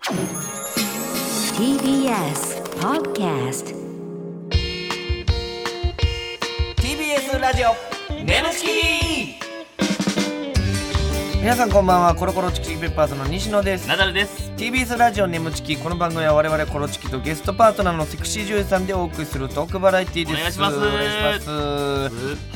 TBS Podcast TBS ラジオネムチキ。皆さんこんばんは。コロコロチキチキペッパーズの西野です。 ナダルです。 TBS ラジオネムチキ。この番組は我々コロチキとゲストパートナーのセクシー女優さんでお送りするトークバラエティです。 お願いします。 お願いします。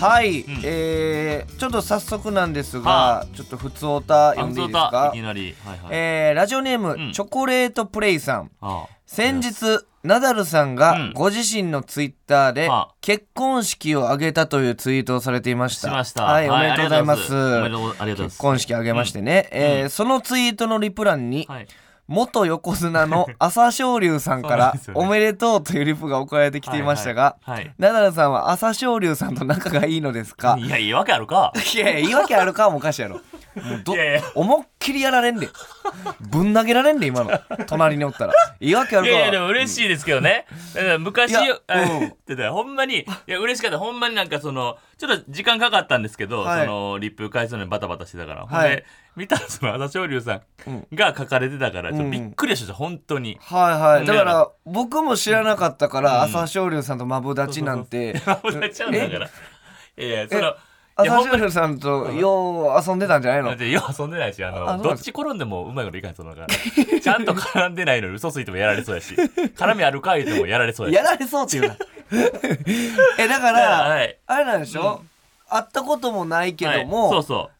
はい、ちょっと早速なんですが、ちょっとふつおた読んでいいですか。 いきなり、はいはい。 ラジオネーム、チョコレートプレイさん。先日ナダルさんがご自身のツイッターで結婚式を挙げたというツイートをされていました。 しました。 はい、おめでとうございます。 ありがとうございます。 結婚式挙げましてね、そのツイートのリプ欄に、元横綱の朝青龍さんからおめでとうというリプが送られてきていましたが、ナダルさんは朝青龍さんと仲がいいのですか。 いや、いいわけあるか。 いやいいわけあるかもおかしいやろ。もう思いっきりやられんで、ぶん投げられんで、今の隣におったらいいわけあるか。 いやいや、でも嬉しいですけどね。昔ほんまに、いや嬉しかった。ほんまになんかそのちょっと時間かかったんですけど、そのリップ返すのにバタバタしてたから、ほんで見たらその朝青龍さんが書かれてたから、ちょっとびっくりした本当に。 はいはい。だから僕も知らなかったから、朝青龍さんとマブダチなんて。 マブダチちゃうんだから。いやその朝青龍さんとよう遊んでたんじゃないの。 よう遊んでないし、どっち転んでもうまいこといかない。そのからちゃんと絡んでないのに嘘ついてもやられそうやし、絡みあるか言ってもやられそうやし。 やられそうっていうな。だから、あれなんでしょ、会ったこともないけども、 そうそう、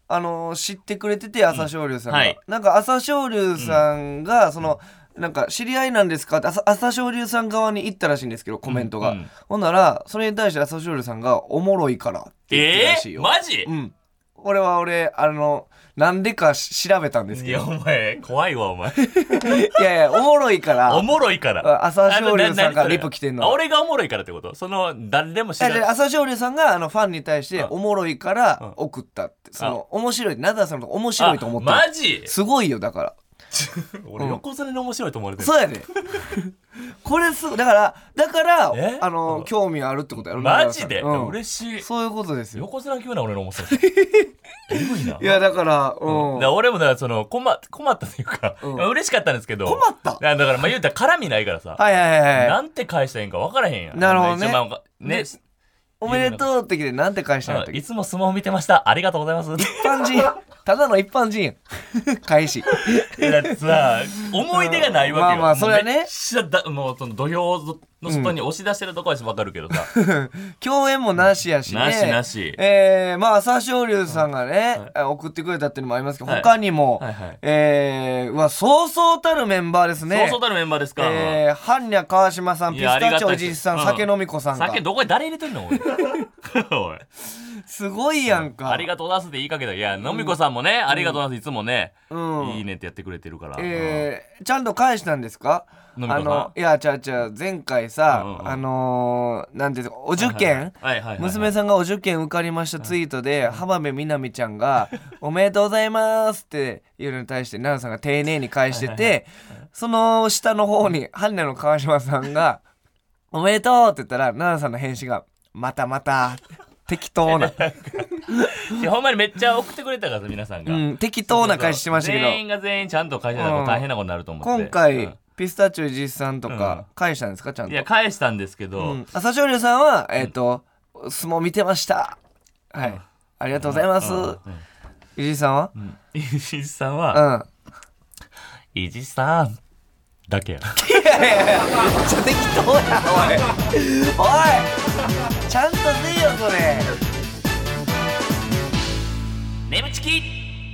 知ってくれてて、朝青龍さんが、なんか朝青龍さんがその、なんか知り合いなんですかって朝青龍さん側に言ったらしいんですけど、コメントが、ほんならそれに対して朝青龍さんがおもろいからって言ってたらしいよ。 マジ？ 俺なんでか調べたんですけど。 いやお前怖いわお前。いやいや、おもろいからおもろいから朝青龍さんがリプ来てんの。 俺がおもろいからってこと？その誰でも知らない。 朝青龍さんがファンに対しておもろいから送ったって、その面白い、ナダルさんの面白いと思ってる。 マジ？ すごいよ。だから俺横綱に面白いと思われてる。 そうやで。これだから興味あるってことやろ。 マジで、嬉しい。 そういうことですよ。 横綱級な俺の面白い。えぐいな。いやだから、 俺もだからその困ったというか、嬉しかったんですけど。 困った。 だから言うたら絡みないからさ。なんて返したらいいんか分からへんやん。 なるほどね。 ね。 おめでとうって来てなんて返したんやったっけ。 いつも相撲見てました。ありがとうございます。 一般人。ただの一般人返し。 だってさ、思い出がないわけよ。 まあそれはね。 めっちゃもうその土俵の外に押し出してるとこは分かるけどさ。 共演もなしやしね。 なし。 まあ朝青龍さんがね、送ってくれたっていうのもありますけど、他にもそうそうたるメンバーですね。 そうそうたるメンバーですか。 般若川島さん、ピスタチオおじさん、酒飲み子さんが。 酒どこで誰入れてんのおい。 すごいやんか。 ありがとうございますって言いかけた。いや、飲み子さんもね、ありがとうございます、いつもね、いいねってやってくれてるから。 ちゃんと返したんですか。いや前回さ、なんていうお受験、娘さんがお受験受かりましたツイートで、浜辺美波ちゃんがおめでとうございますっていうのに対して奈々さんが丁寧に返してて、その下の方に般若の川島さんがおめでとうって言ったら、奈々さんの返信がまたまた適当な。 ほんまにめっちゃ送ってくれたから皆さんが、 適当な返ししてましたけど、 全員が全員ちゃんと返してたら大変なことになると思って、 今回ピスタチオ実さんとか返したんですか、ちゃんと。 いや返したんですけど、 朝青龍さんは相撲見てました、はい、ありがとうございます。伊地さんは伊地さんは伊地さんだけや。 いやめっちゃ適当やおいちゃんとせよそれ。 眠ちき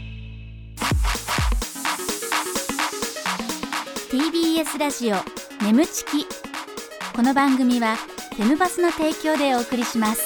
TBS ラジオ眠ちき。この番組はテムバスの提供でお送りします。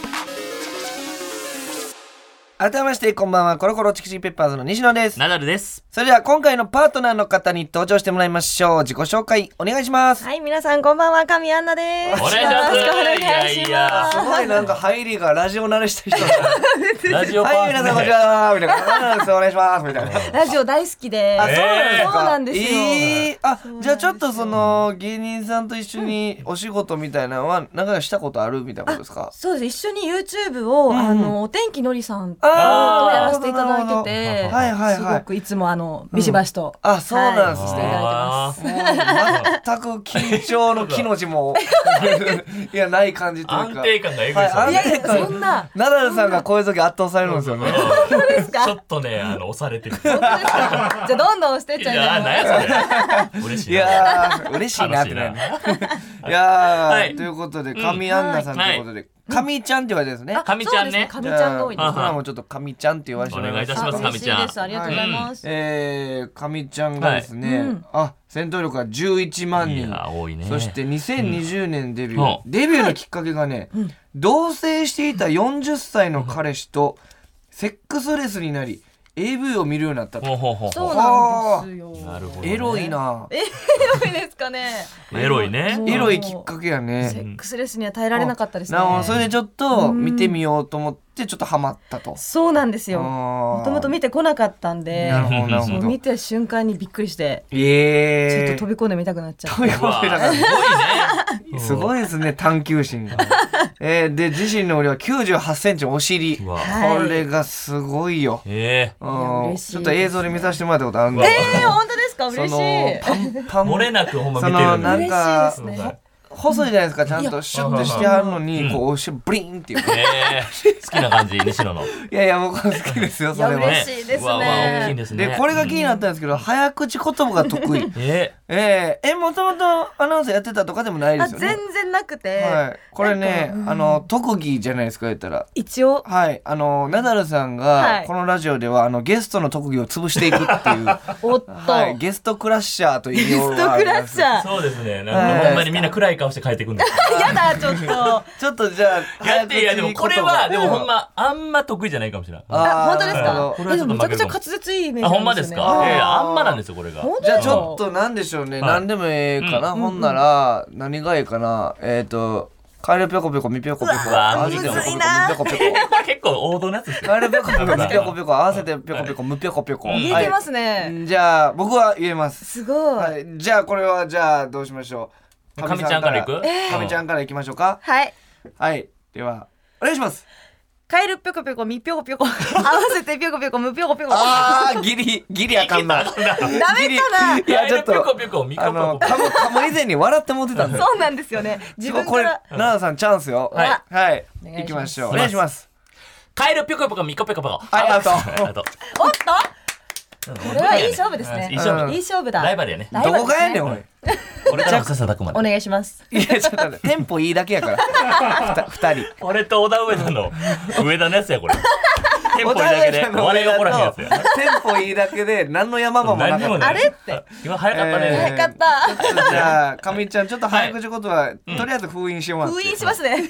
改めましてこんばんは。コロコロチキチキペッパーズの西野です。 ナダルです。 それでは今回のパートナーの方に登場してもらいましょう。自己紹介お願いします。 はい、皆さんこんばんは、神アンナです。 お願いします。 よろしくお願いします。 いやすごいなんか入りがラジオ慣れした人ラジオパートはい、皆さんこんにちはみたいな。そうなんですよ、お願いしますみたいな。 ラジオ大好きで。そうなんですよ。 じゃあちょっとその芸人さんと一緒にお仕事みたいなのはなんかしたことあるみたいなことですか。 そうです。一緒に YouTube を、お天気のりさんとやらせていただいてて、すごくいつもビシバシとそうなんですね。 していただいてま全く緊張の気の字もいやない感じというか安定感がエグいですよね。 いやいやそんなナダルさんがこういう時圧倒されるんですよね。 本当ですか。 ちょっとね押されてる。 本当ですか。じゃあどんどん押してっちゃいいやます。 なんやそれ。嬉しいな。 いやー嬉しいなってね。いやはいーということで上アンナさんということで上ちゃんって言われてるんですね。 神ちゃんね。 神ちゃんが多いです。 僕らもちょっと上ちゃんって言わせてもらいます。 お願いいたします嬉しいです。ありがとうございます。 上ちゃんがですね、戦闘力が11万人。 いや多いね。 そして2020年デビュー。デビューのきっかけがね、同棲していた40歳の彼氏とセックスレスになり AV を見るようになったと。 そうなんですよ。 なるほどね。 エロいな。 エロいですかね。 エロいね。 エロいきっかけやセね。 ックスレスには耐えられなかったですね。 それでちょっと見てみようと思ってちょっとハマったと。 そうなんですよ。もともと見てこなかったんで、 なるほどなるほど。 見た瞬間にびっくりして、ちょっと飛び込んでみたくなっちゃって。 飛び込んでたからすごいね。 すごいですね探求心が。で自身の俺は98センチお尻。これがすごいよ。ちょっと映像で見させてもらったことあるんで。 本当ですか。嬉しい。 パンパン漏れなくほんま見てるんで。 なんか細いじゃないですか。ちゃんとシュッとしてはるのにこうお尻ブリーンっていう。 好きな感じ西野の。 いやいや僕好きですよそれは。 嬉しいですね。 大きいですね。 でこれが気になったんですけど早口言葉が得意。もともとアナウンサーやってたとかでもないですよね。 全然なくて。 これね特技じゃないですか言ったら。 一応はいナダルさんがこのラジオではゲストの特技を潰していくっていう。 おっと。 ゲストクラッシャーというような。 ゲストクラッシャー。 そうですね。なんかほんまにみんな暗い顔して帰ってくるんです。 やだちょっと。 ちょっとじゃあやっていやでもこれはでもほんまあんま得意じゃないかもしれない。 本当ですか。 これはちょっとめちゃくちゃ滑舌いいイメージ。 ほんまですか。あんまなんですよこれが。 じゃあちょっとなんでしょうね。なんでもええかな。ほんなら何がええかな。カエルぴょこぴょこみぴょこぴょこ。 むずいな。 結構王道のやつですよ。 カエルぴょこぴょこみぴょこぴょこ合わせてぴょこぴょこむぴょこぴょこ。 言えてますね。 じゃあ僕は言えます。 すごい。 じゃあこれはじゃあどうしましょう。 神ちゃんからいく？ 神ちゃんからいきましょうか。 はい。 はいではお願いします。 カエルぴょこぴょこみぴょこぴょこ合わせてぴょこぴょこむぴょこぴょこ。 ギリあかんな。 ダメかな。 いやちょっと噛む以前に笑って持ってたんだよ。 そうなんですよね。自分これ奈々さんチャンスよ。はい行きましょう。お願いします。 カエルぴょこぴょこみこぴょこぴょこ。 はいアウト。 おっと。これはいい勝負ですね。いい勝負だ。 ライバルやね。 どこがやねんおい。 俺からも切磋琢磨。 お願いします。 いやちょっと待ってテンポいいだけやから2人。 俺と小田上田のやつやこれ。テンポいいだけで笑いが起こらへんやつや。 テンポいいだけで何の山場もなかった。 あれって今早かったね。 早かった。 じゃあ上ちゃんちょっと早口言葉とりあえず封印してもらって。 封印しますね。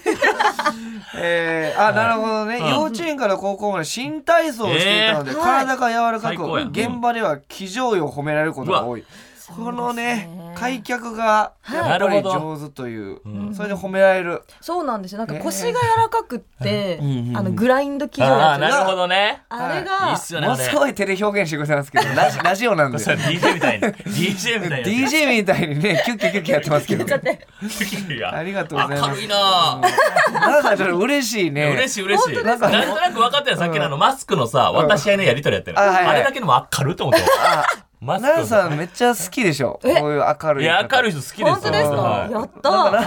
なるほどね。幼稚園から高校まで新体操をしていたので体が柔らかく現場では騎乗位を褒められることが多い。このね開脚がやっぱり上手というそれで褒められる。 そうなんですよ。なんか腰が柔らかくってグラインド騎乗やつ。 なるほどね。 あれがものすごい手で表現してくれてますけどラジオなんで DJ みたいに DJ みたいにねキュッキュキュッキュやってますけど。ありがとうございます。 明るいな。 奈々さんちょっと嬉しいね。 嬉しい。なんとなく分かったよさっきのマスクのさ渡し合いのやり取りやってる。あれだけでも明るいと思って。 奈々さんめっちゃ好きでしょ。こういう明るい。 いや明るい人好きですよ。 本当ですか。やった。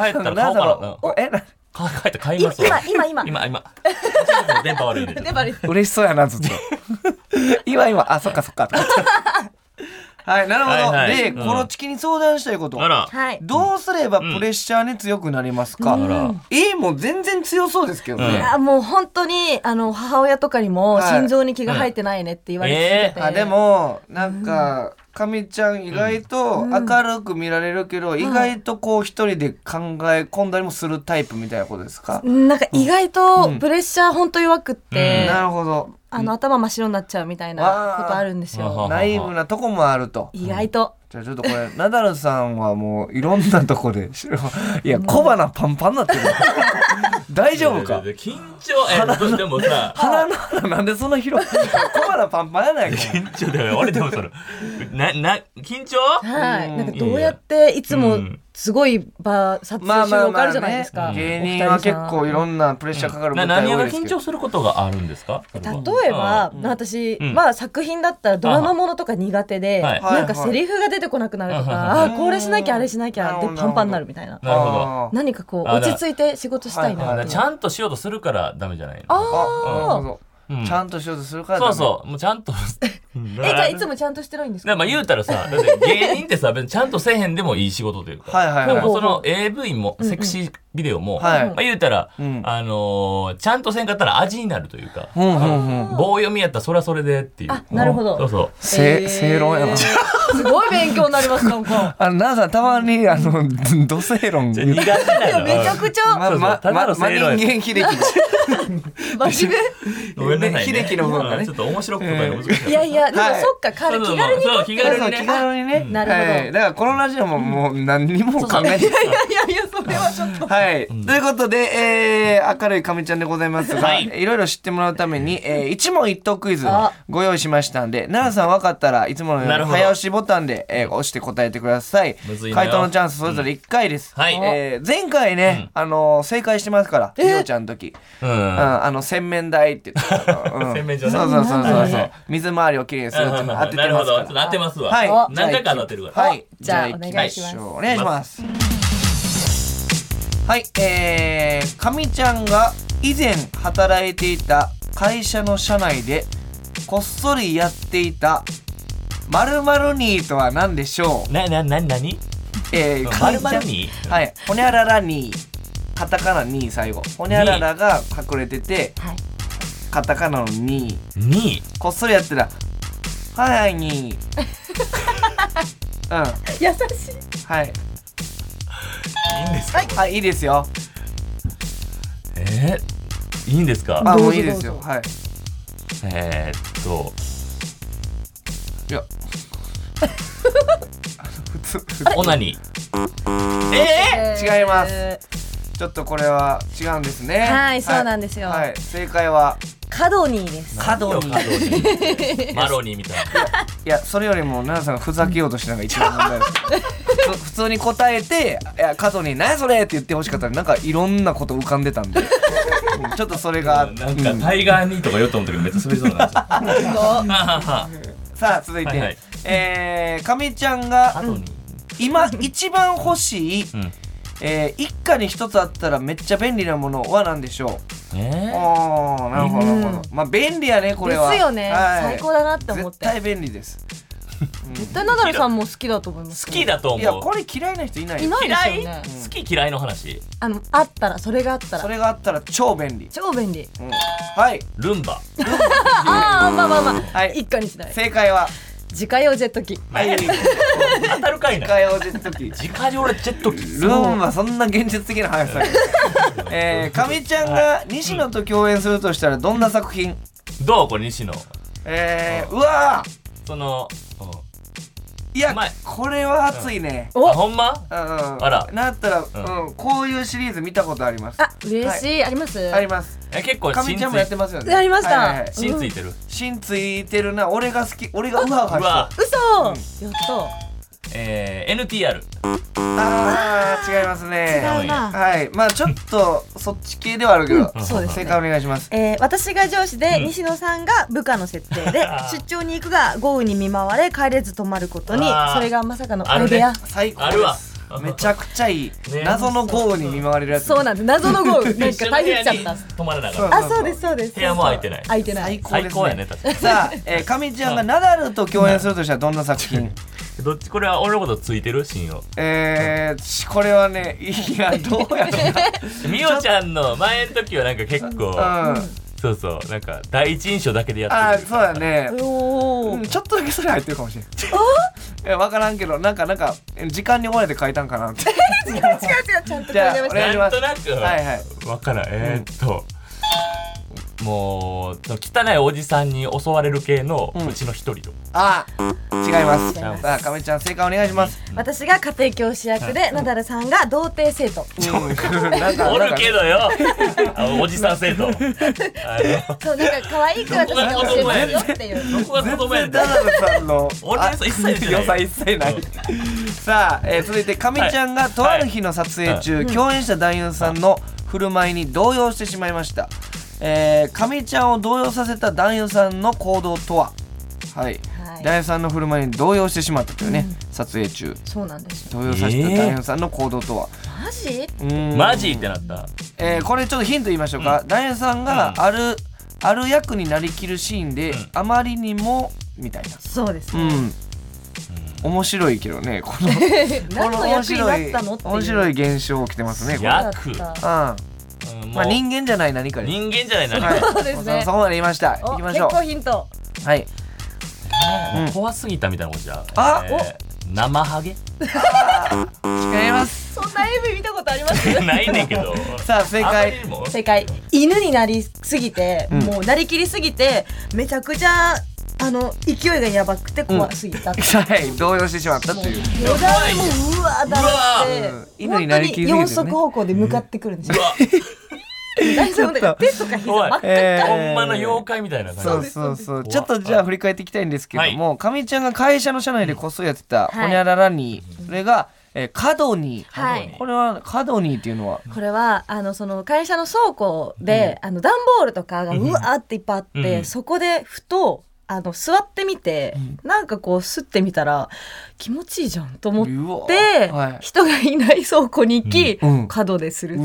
帰ったら買おうかな。帰って買います。今。電波悪いんで。 嬉しそうやなずっと。今あそっか。はいなるほど。でこのチキに相談したいこと。どうすればプレッシャーに強くなりますか。もう全然強そうですけどね。 もう本当に母親とかにも心臓に気が入ってないねって言われてて。 でもなんか上ちゃん意外と明るく見られるけど意外とこう一人で考え込んだりもするタイプみたいなことですか。 なんか意外とプレッシャー本当弱くって。 なるほど。 頭真っ白になっちゃうみたいなことあるんですよ。 ナイブなとこもあると。 意外と。 じゃあちょっとこれナダルさんはもういろんなとこでいや小鼻パンパンになってる。 大丈夫か。 緊張でもさ鼻の穴なんでそんな広い小鼻パンパンやないか。 緊張だよ俺でもその緊張はい。なんかどうやっていつもすごい撮影収録あるじゃないですか。 芸人は結構いろんなプレッシャーかかる舞台何が緊張することがあるんですか。 例えば私まあ作品だったらドラマものとか苦手でなんかセリフが出てこなくなるとかこれしなきゃあれしなきゃでパンパンになるみたいな。 なるほど。 何かこう落ち着いて仕事したいな。 ちゃんとしようとするからダメじゃないの。 ああ。ちゃんとしようとするから。 そうもうちゃんとじゃあいつもちゃんとしてないんですか。 まあ言うたらさ、だって芸人ってさちゃんとせえへんでもいい仕事というか、その AV もセクシービデオも、まあ言うたらちゃんとせんかったら味になるというか、棒読みやったらそれはそれでっていう。 あ、なるほど。 そう正論やな。 すごい勉強になりますなんか。 奈さんたまに土正論苦手なの。 めちゃくちゃ真人間秀樹。 真面目。ごめんなさいね。 秀樹の方がね。 ちょっと面白く答えが難しい。 いやでもそっか気軽にね。 なるほど。だからこのラジオももう何にも考えて。いやそれはちょっと。 はい。ということで明るいかみちゃんでございますが、いろいろ知ってもらうために一問一答クイズご用意しましたんで、奈々さん分かったらいつものように早押しボタンで押して答えてください。回答のチャンスそれぞれ1回です。前回ね正解してますからみおちゃんの時洗面台って言って洗面所ね。 そう水回りをきれいにするっていうの当ててますから。 当てますわ。何回か当てるから。 はい。じゃあお願いします。お願いします。はい。かみちゃんが以前働いていた会社の社内でこっそりやっていた〇〇ニーとは何でしょう。 何 〇〇ニー。はい。ほにゃららニー。カタカナニー最後。ほにゃららが隠れてて、カタカナのニー。こっそりやってた。はいニー。 優しい。 はい。 いいんですか。 はい、いいですよ。 いいんですか。 もういいですよ。はい。いや。普通。 オナニー。違います。ちょっとこれは違うんですね。 はい、そうなんですよ。 はい、正解はカドニーです。 カドニー。 マロニーみたいな。 いや、それよりも奈々さんがふざけようとしてなんか一番問題です。普通に答えて、いやカドニー何やそれって言ってほしかったらなんかいろんなこと浮かんでたんで、ちょっとそれがなんかタイガーニーとか言おうと思ったけどめっちゃ滑りそうなんですよ。 さあ続いて、かみちゃんが今一番欲しい一家に一つあったらめっちゃ便利なものは何でしょう。なるほどなるほど。まあ便利やねこれは。 ですよね。最高だなって思って。 絶対便利です。 絶対ナダルさんも好きだと思います。 好きだと思う。 いやこれ嫌いな人いない。 いないですよね。 好き嫌いの話。 あったらそれがあったら超便利。 超便利。 はい。 ルンバ。 まあ一家にしない。 正解は自家用ジェット機。 当たるかいな。 自家用ジェット機。 自家用ジェット機。 ルンはそんな現実的な話だけど。かみちゃんが西野と共演するとしたらどんな作品？ どうこれ西野。 うわそのいやこれは熱いね。 ほんま？ あら。なったらこういうシリーズ見たことあります。 嬉しい。あります？ あります。 結構かみちゃんもやってますよね。 やりました。 芯ついてる。 芯ついてるな。俺が好き。俺がうわうわして。嘘。やった。 NTR。 違いますね。 違うな。 はい。まあちょっとそっち系ではあるけど、 そうです。 正解お願いします。 私が上司で西野さんが部下の設定で出張に行くが豪雨に見舞われ帰れず泊まることに、それがまさかの相部屋。 最高です。めちゃくちゃいい。謎の豪雨に見舞われるやつ。 そうなんです。謎の豪雨。なんか台風来ちゃった。 泊まれなかった。 そうですそうです。 部屋も空いてない。 空いてない。 最高やね。 さあ、かみちゃんがナダルと共演するとしたらどんな作品？ どっちこれは俺のことついてるシーンを。 これはねいやどうやろう。 みおちゃんの前の時はなんか結構。そうなんか第一印象だけでやってる。 そうだね。ちょっとだけそれ入ってるかもしれない。分からんけどなんか時間に追われて書いたんかなって。 違うちゃんとじゃあお願いします。 なんとなく分からん。 もう汚いおじさんに襲われる系のうちの一人と。 あ、違います。さあ亀ちゃん正解お願いします。 私が家庭教師役で、ナダルさんが童貞生徒。 おるけどよ、おじさん生徒。そう、なんか可愛いく私が教えますよっていう。 どこが子供やねん。 ナダルさんの俺の良さ一切ない。 さあ、続いて亀ちゃんがとある日の撮影中、共演した男優さんの振る舞いに動揺してしまいました。亀ちゃんを動揺させた男優さんの行動とは。はい、男優さんの振る舞いに動揺してしまったというね、撮影中。 そうなんですよ。 動揺させた男優さんの行動とは。 マジ？ マジってなった。 これちょっとヒント言いましょうか。男優さんがある役になりきるシーンで、あまりにもみたいな。 そうです。 面白いけどね、この何の役になったのっていう。 面白い現象起きてますね。 役。 まあ人間じゃない何かです。 人間じゃない何か。 そうですね。 そこまで言いました。行きましょう。 結構ヒント。 はい。 怖すぎたみたいなことじゃ。 あ、 生ハゲ。 違います。 そんな AV 見たことあります？ ないねんけど。 さあ正解。 犬になりすぎて、もうなりきりすぎて、めちゃくちゃ勢いがやばくて怖すぎた。 はい、動揺してしまったという。 よだれもうわーだって犬になりきりすぎてね。 四足歩行で向かってくるんですよ。大丈夫だよ。手とか膝真っ赤っか。 ほんまの妖怪みたいな感じ。そう。ちょっとじゃあ振り返っていきたいんですけども、亀ちゃんが会社の社内でこっそりやってたホニャララニー、それがカドニー。これはカドニーっていうのは、 これはその会社の倉庫で段ボールとかがうわーっていっぱいあって、そこでふと座ってみて、なんかこう吸ってみたら気持ちいいじゃんと思って、人がいない倉庫に行き、角でするっていう。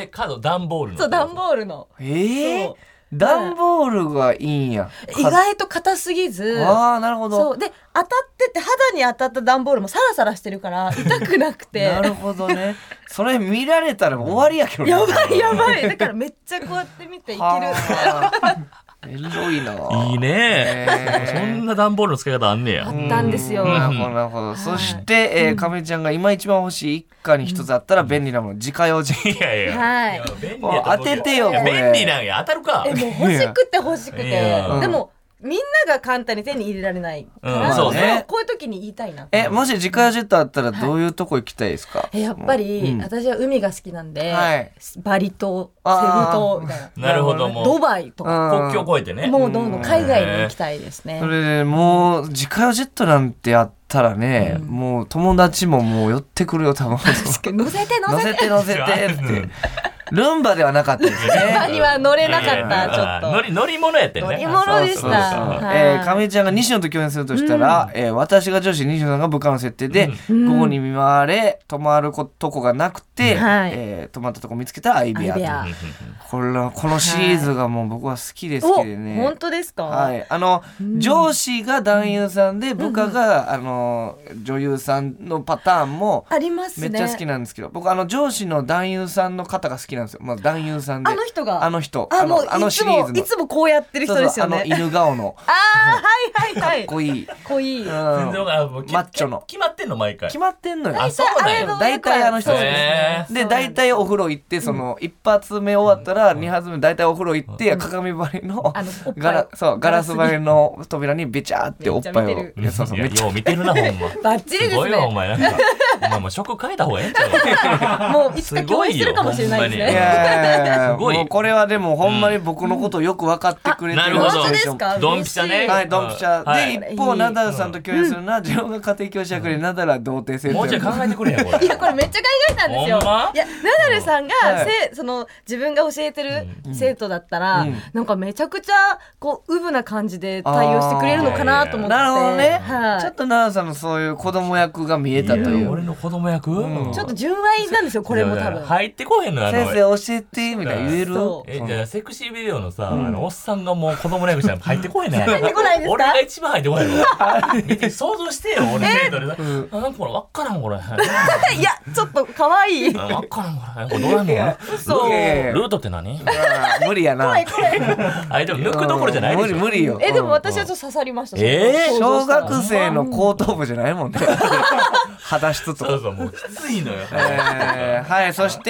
角段ボールの。 そう、段ボールの。 段ボールがいいんや。 意外と硬すぎず。 ああ、なるほど。 そうで、当たってて肌に当たった段ボールもサラサラしてるから痛くなくて。 なるほどね。それ見られたら終わりやけどね。 やばい。だからめっちゃこうやって見ていける。 エロいな。 いいね。そんな段ボールの使い方あんねや。 あったんですよ。 なるほど。そして亀ちゃんが今一番欲しい一家に一つあったら便利なもの、自家用ジェット。 はい。 当ててよこれ。 便利なんや、当たるか。 もう欲しくて。でもみんなが簡単に手に入れられないから、こういう時に言いたいな。 もし自家用ジェットあったらどういうとこ行きたいですか？ やっぱり私は海が好きなんで、バリ島、セブ島みたいな。 なるほど。もうドバイとか国境越えてね。 もうどんどん海外に行きたいですね。 それでもう自家用ジェットなんてあったらね、もう友達ももう寄ってくるよ多分。 乗せてってルンバではなかったですね。 ルンバには乗れなかった。ちょっと乗り物やってね。 乗り物でした。 亀ちゃんが西野と共演するとしたら、私が上司、西野さんが部下の設定で、午後に見舞われ泊まるとこがなくて、泊まったとこ見つけたら相部屋と。このシリーズがもう僕は好きでね。 本当ですか？ はい。上司が男優さんで部下が女優さんのパターンもありますね。 めっちゃ好きなんですけど、僕上司の男優さんの方が好きなんですよ。まあ男優さんで。 あの人が。 あのシリーズの。 いつもこうやってる人ですよね。 犬顔の。 はい。 かっこいい。 全然マッチョの。 決まってんの毎回。 決まってんのよ。 あ、そうだよ。 大体あの人ですね。で大体お風呂行って一発目終わったら二発目大体お風呂行って鏡張りのガラス張りの扉にべちゃーっておっぱいを。 よう見てるなほんま。 バッチリですね。すごいよお前なんか。お前もう職変えた方がええんちゃう？ もういつか共演してるかもしれないですね。 すごい。これはでもほんまに僕のことをよく分かってくれてる。 なるほど。ドンピシャね。 はい、ドンピシャ。で一方ナダルさんと共演するのは自分が家庭教師役でナダルは童貞生徒。 もうちょい考えてくれよこれ。 いやこれめっちゃ考えたんですよ。いやナダルさんが自分が教えてる生徒だったらなんかめちゃくちゃこうウブな感じで対応してくれるのかなと思って。 なるほどね。ちょっとナダルさんのそういう子供役が見えたという。 俺の子供役？ ちょっと純愛なんですよこれも多分。 入ってこへんの。 先生教えてみたいな言える？ じゃあセクシービデオのさおっさんがもう子供の役したら入ってこへんねん。 入ってこないですか？ 俺が一番入ってこないの。想像してよ俺生徒で。なんかこれ分からんこれ。 いやちょっと可愛い。 分からんこれ。どうやんの？ そう。 ルートって何？ 無理やな。 怖い。 あれでも抜くどころじゃないでしょ。 無理よ。 でも私はちょっと刺さりました。 小学生の後頭部じゃないもんね。 裸足とそうそうもうきついのよ。 はいそして、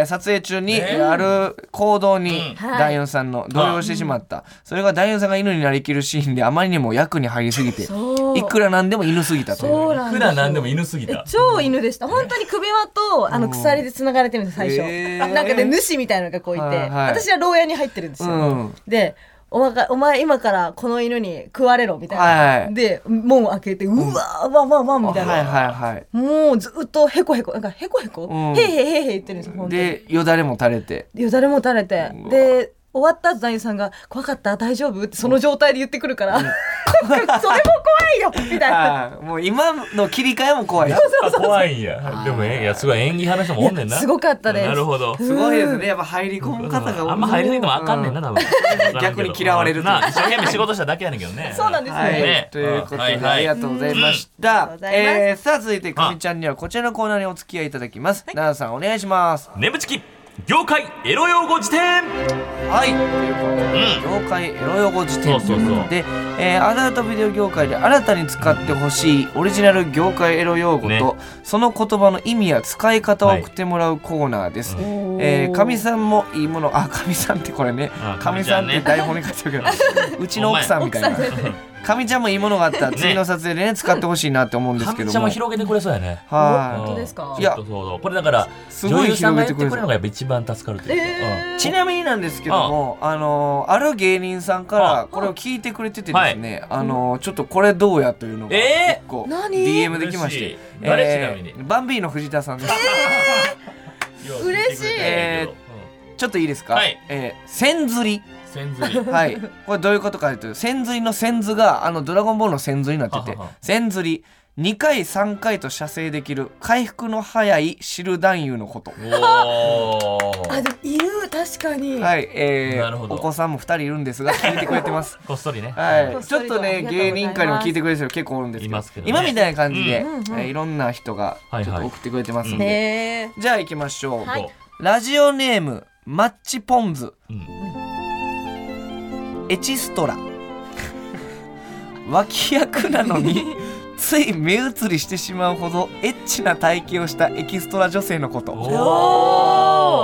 撮影中にある行動にダイヨンさんの動揺してしまった、それがダイヨンさんが犬になりきるシーンであまりにも役に入りすぎていくらなんでも犬すぎたという。 いくらなんでも犬すぎた。 超犬でした。本当に首輪と鎖で繋がれてるんです最初。なんかね主みたいなのがこういて、私は牢屋に入ってるんですよ。でお前今からこの犬に食われろみたいな、で門を開けてうわーわわわみたいな、もうずっとへこへこなんかへこへこ、へいへいへいへい言ってるんですよ。 でよだれも垂れてで終わった後男優さんが怖かった大丈夫ってその状態で言ってくるから、それも怖いよみたいな。 もう今の切り替えも怖い。 怖いんや。でもいやすごい演技派の人もおんねんな。 すごかったです。 なるほど。 すごいですね。やっぱ入り込む方があんま入り込んでもあかんねんな多分。 逆に嫌われるな。一生懸命仕事しただけやねんけどね。 そうなんですね。 ということでありがとうございました。さあ続いてかみちゃんにはこちらのコーナーにお付き合いいただきます。奈々さんお願いします。 眠ちき業界エロ用語辞典。 はいということで業界エロ用語辞典ということでアダルトビデオ業界で新たに使ってほしいオリジナル業界エロ用語とその言葉の意味や使い方を送ってもらうコーナーです。かみさんもいいものかみさんってこれねかみさんって台本に書いてるけどうちの奥さんみたいなかみちゃんもいいものがあったら次の撮影でね使ってほしいなって思うんですけども、かみちゃんも広げてくれそうやね。 本当ですか。 いやこれだからすごい広げてくれるのがやっぱ一番助かるというか。 ちなみになんですけどもある芸人さんからこれを聞いてくれててですねちょっとこれどうやというのが結構 DM できまして、 誰ちなみにバンビーの藤田さんです。 嬉しい。 ちょっといいですか。線ずり。はいこれどういうことかというと線ずりの線図がドラゴンボールの線図になってて線ずり2回3回と射精できる回復の早い汁男優のこと。 でもいる確かに。 はいお子さんも2人いるんですが聞いてくれてます。 こっそりね。 はいちょっとね芸人界にも聞いてくれてる人結構おるんですけど今みたいな感じでいろんな人がちょっと送ってくれてますんでじゃあ行きましょう。ラジオネームマッチポンズエチストラ脇役なのについ目移りしてしまうほどエッチな体型をしたエキストラ女性のこと。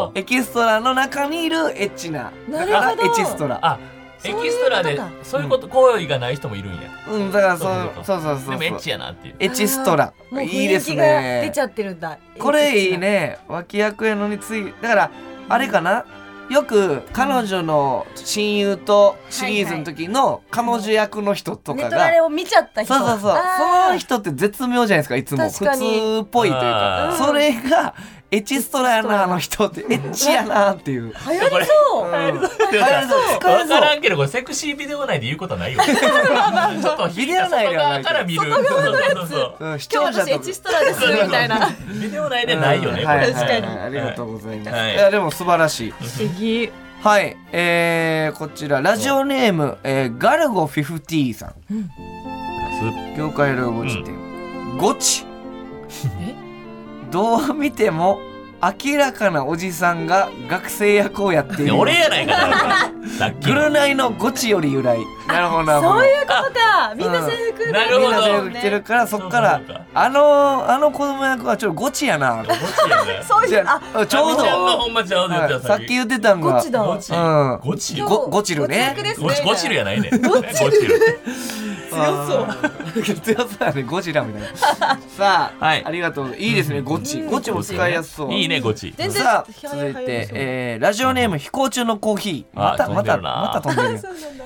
エキストラの中にいるエッチなだからエチストラ。 エキストラでそういうこと行為がない人もいるんや。 だからそうでもエッチやなっていうエチストラいいですね。 出ちゃってるんだ。 これいいね。脇役やのについだからあれかなよく彼女の親友とシリーズの時の彼女役の人とかがネトラレを見ちゃった人そうその人って絶妙じゃないですかいつも普通っぽいというかそれがエチストラやなあの人ってエッチやなっていう。 流行りそう。 流行りそう分からんけどこれセクシービデオ内で言うことはないよ。ちょっとビデオ内ではないから見る。 視聴者とエチストラですみたいな。 ビデオ内でないよね。 確かにありがとうございます。いやでも素晴らしい。 素敵。 はいこちらラジオネームガルゴ50さん業界用語辞典ゴチどう見ても明らかなおじさんが学生役をやっている。 俺やないかぐるナイのゴチより由来。なるほどなるほど。 そういうことか。みんな制服なるほど。 みんな制服着てるからそっからあの子供役はちょっとゴチやな。 そういうちょうどさっき言ってたんがゴチだ。 ゴチゴチルね。 ゴチルやないね。 ゴチル。強そうやねゴジラみたいな。さあありがとう。いいですねゴチも使いやすそう。 いいねゴチ。 さあ続いてラジオネーム飛行中のコーヒーまた飛んでる。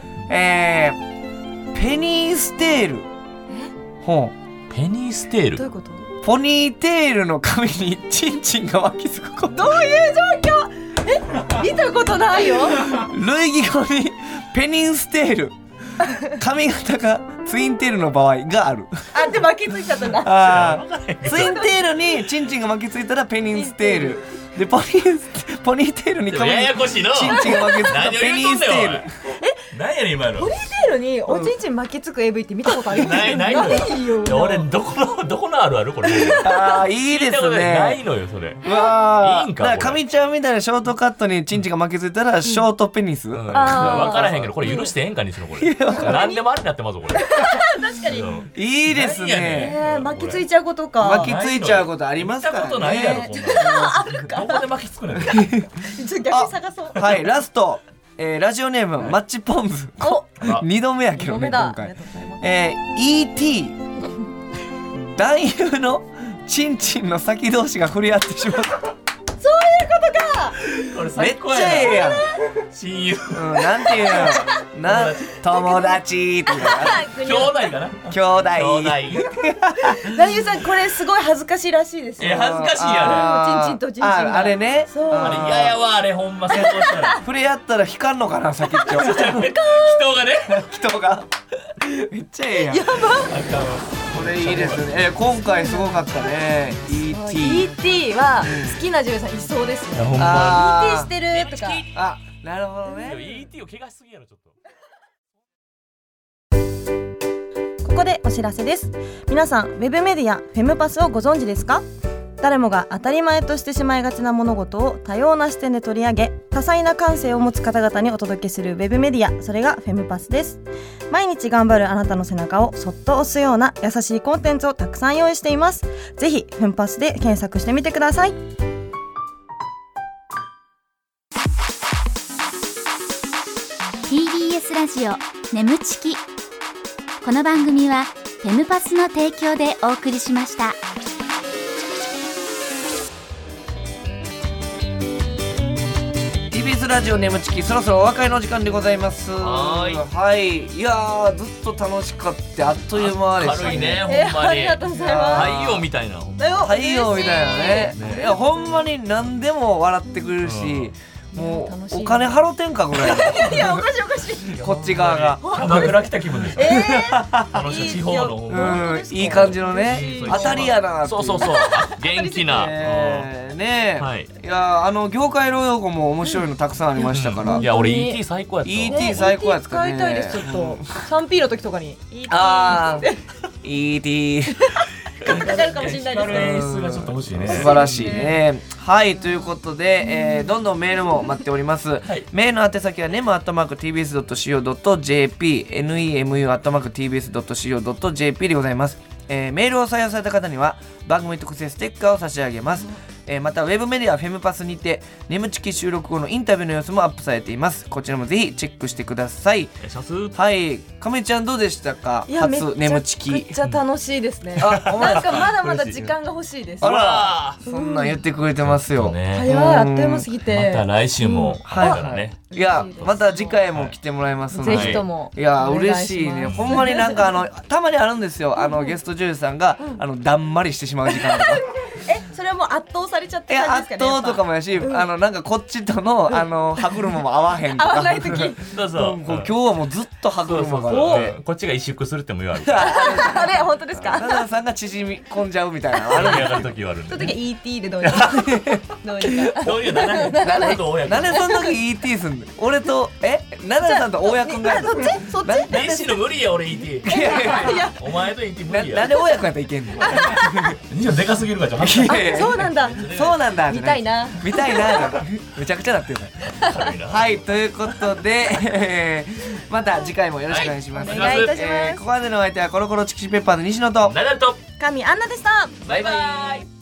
ペニーステール。 ペニーステールどういうこと？ ポニーテールの髪にチンチンが巻きつくこと。 どういう状況？見たことないよ。 類義語にペニンステール髪型がツインテールの場合がある。 で巻きついちゃったんだ。 ツインテールにチンチンが巻きついたらペニンステールでポニーテールに髪にチンチンが巻きついたらペニンステール。 何やねん今の。 ポニーテールにおちんちん巻きつく AV って見たことあります？ ないのよ。俺どこのあるあるこれ。 ああいいですね。 ないのよそれ。 うわいいんか。 だから上ちゃんみたいなショートカットにチンチンが巻きついたらショートペニス。 分からへんけどこれ許してええんかにするこれ。何でもありになってますこれ。 確かに。 いいですね。 巻きついちゃうことか。 巻きついちゃうことありますからね。 見たことないやろそんな。どこで巻きつくねん。 逆に探そう。 はい、ラスト、ラジオネーム、マッチポンズ。2度目やけどね今回。E.T. 男優のチンチンの先同士が触れ合ってしまう。 これめっ最高ちゃええやん。 親友。 なんていうの友達って兄弟かな。 兄弟。 男優さんこれすごい恥ずかしいらしいですよ。 恥ずかしいやね。チンチンとチンチンが。 あれね。 そう。 あれ嫌やわあれほんま成功したら。 触れ合ったら光んのかな先っちょ。 人がね。 人が。めっちゃええやん。 やば。 これいいですね。今回すごかったね。 E.T. は好きな女優さんいそうですね。 ほんま E.T. してるとか。 あ、なるほどね。 E.T. を怪我しすぎやろちょっと。 ここでお知らせです。皆さんウェブメディアフェムパスをご存知ですか？誰もが当たり前としてしまいがちな物事を多様な視点で取り上げ、多彩な感性を持つ方々にお届けするウェブメディア、それがフェムパスです。毎日頑張るあなたの背中をそっと押すような優しいコンテンツをたくさん用意しています。ぜひフェムパスで検索してみてください。 TBS ラジオ眠ちき。この番組はフェムパスの提供でお送りしました。 TBS ラジオ眠ちき、そろそろお別れの時間でございます。 はい。 いやーずっと楽しかったあっという間でしたね。 軽いねほんまに。 ありがとうございます。 太陽みたいな。 太陽みたいなね。いやほんまに何でも笑ってくれるし、もうお金払ってんかぐらい。 いやおかしいおかしい。 こっち側が。 鎌倉来た気分です。地方のほんまいい感じのね。当たりやな。 そう元気な。 ねえ。いや業界の用語も面白いのたくさんありましたから。 いや俺 E.T. 最高やった。 E.T. 最高やったね。 使いたいですちょっと。3P の時とかに E.T. E.T. かかるかもしれないですね。 演出がちょっと欲しいね。 素晴らしいね。はいということで、どんどんメールも待っております。メールの宛先は nemu@tbs.co.jp nemu@tbs.co.jp でございます。メールを採用された方には番組特製ステッカーを差し上げます。またウェブメディアフェムパスにて眠ちき収録後のインタビューの様子もアップされています。こちらもぜひチェックしてください。はい、亀ちゃんどうでしたか？初眠ちき。 めっちゃ楽しいですね。なんかまだまだ時間が欲しいです。 あら、そんなん言ってくれてますよ。 早い、あっという間すぎて。 また来週もからね。 いやまた次回も来てもらいますので、 ぜひとも。 いや嬉しいね。ほんまになんかたまにあるんですよ。ゲスト女優さんがだんまりしてしまう時間とか。 それはもう圧倒されちゃって感じですかね。圧倒とかもやし、なんかこっちとの歯車も合わへんとか。 合わない時。 そう今日はもうずっと歯車があって、 こっちが萎縮するっても言われる。 あれ本当ですか？ ナダルさんが縮み込んじゃうみたいな。 ある時はある。 その時 E.T. でどうにか。どういうなんでその時 E.T. すんの？俺とナダルさんと大家君が。 そっち？ 西野無理や俺 E.T. お前と E.T. 無理や。 なんで大家君やったらいけんの？ 西野でかすぎるからじゃん。 そうなんだ。 そうなんだ。 見たいな。 見たいな。めちゃくちゃなってる。はいということでまた次回もよろしくお願いします。 お願いいたします。 ここまでのお相手はコロコロチキチペッパーの西野とナダルと神アンナでした。 バイバイ。